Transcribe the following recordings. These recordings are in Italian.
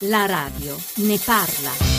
La radio ne parla.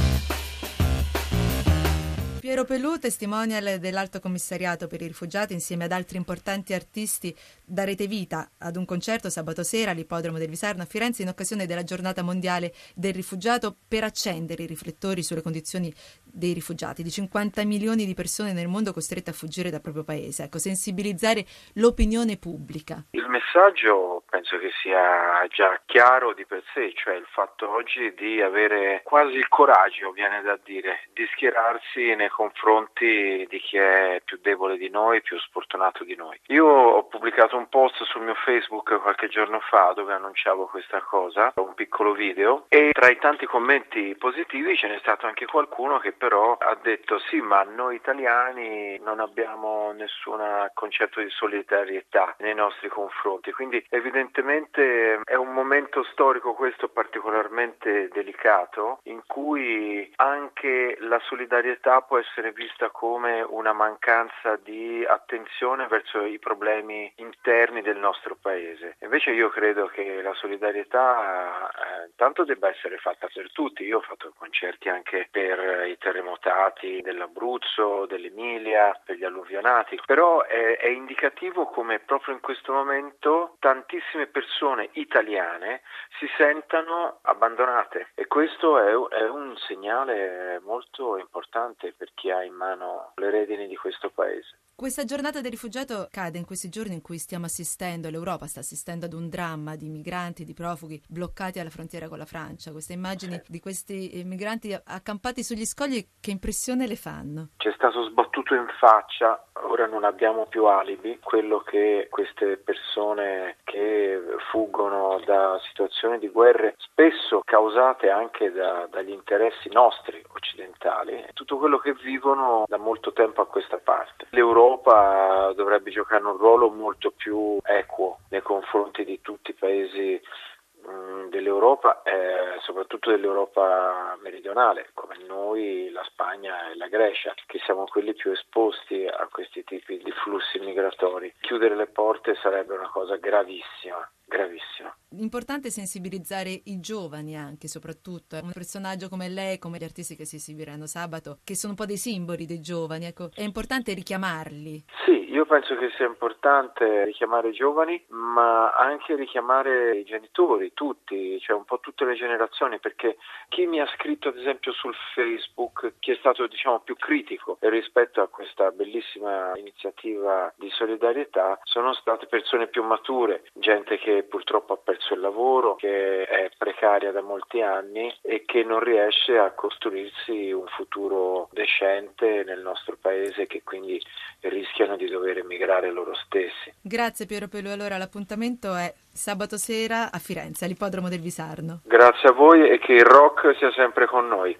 Piero Pelù, testimonial dell'Alto Commissariato per i Rifugiati, insieme ad altri importanti artisti, darete vita ad un concerto sabato sera all'Ippodromo del Visarno a Firenze in occasione della Giornata Mondiale del Rifugiato per accendere i riflettori sulle condizioni dei rifugiati, di 50 milioni di persone nel mondo costrette a fuggire dal proprio paese. Ecco, sensibilizzare l'opinione pubblica. Il messaggio penso che sia già chiaro di per sé, cioè il fatto oggi di avere quasi il coraggio, viene da dire, di schierarsi nei confronti di chi è più debole di noi, più sfortunato di noi. Io ho pubblicato un post sul mio Facebook qualche giorno fa dove annunciavo questa cosa, un piccolo video, e tra i tanti commenti positivi ce n'è stato anche qualcuno che però ha detto sì, ma noi italiani non abbiamo nessun concetto di solidarietà nei nostri confronti, quindi evidentemente è un momento storico questo particolarmente delicato in cui anche la solidarietà può essere vista come una mancanza di attenzione verso i problemi interni del nostro paese. Invece io credo che la solidarietà intanto debba essere fatta per tutti. Io ho fatto concerti anche per i terremotati dell'Abruzzo, dell'Emilia, per gli alluvionati, però è indicativo come proprio in questo momento tantissime persone italiane si sentano abbandonate e questo è un segnale molto importante per chi ha in mano le redini di questo paese. Questa giornata del rifugiato cade in questi giorni in cui stiamo assistendo, l'Europa sta assistendo ad un dramma di migranti, di profughi bloccati alla frontiera con la Francia. Queste immagini di questi migranti accampati sugli scogli, che impressione le fanno? Ci è stato sbattuto in faccia, ora non abbiamo più alibi, quello che queste persone che fuggono da situazioni di guerre spesso causate anche dagli interessi nostri occidentali, tutto quello che vivono da molto tempo a questa parte. L'Europa dovrebbe giocare un ruolo molto più equo nei confronti di tutti i paesi dell'Europa, soprattutto dell'Europa meridionale, come noi, la Spagna e la Grecia, che siamo quelli più esposti a questi tipi di flussi migratori. Chiudere le porte sarebbe una cosa gravissima. Importante sensibilizzare i giovani anche, soprattutto. Un personaggio come lei, come gli artisti che si esibiranno sabato, che sono un po' dei simboli dei giovani, ecco, è importante richiamarli. Sì, io penso che sia importante richiamare i giovani, ma anche richiamare i genitori, tutti, cioè un po' tutte le generazioni, perché chi mi ha scritto ad esempio sul Facebook, chi è stato più critico rispetto a questa bellissima iniziativa di solidarietà, sono state persone più mature, gente che purtroppo ha perso il lavoro, che è precaria da molti anni e che non riesce a costruirsi un futuro decente nel nostro paese, che quindi rischiano di dover emigrare loro stessi. Grazie Piero Pelù, allora l'appuntamento è sabato sera a Firenze, all'Ippodromo del Visarno. Grazie a voi e che il rock sia sempre con noi.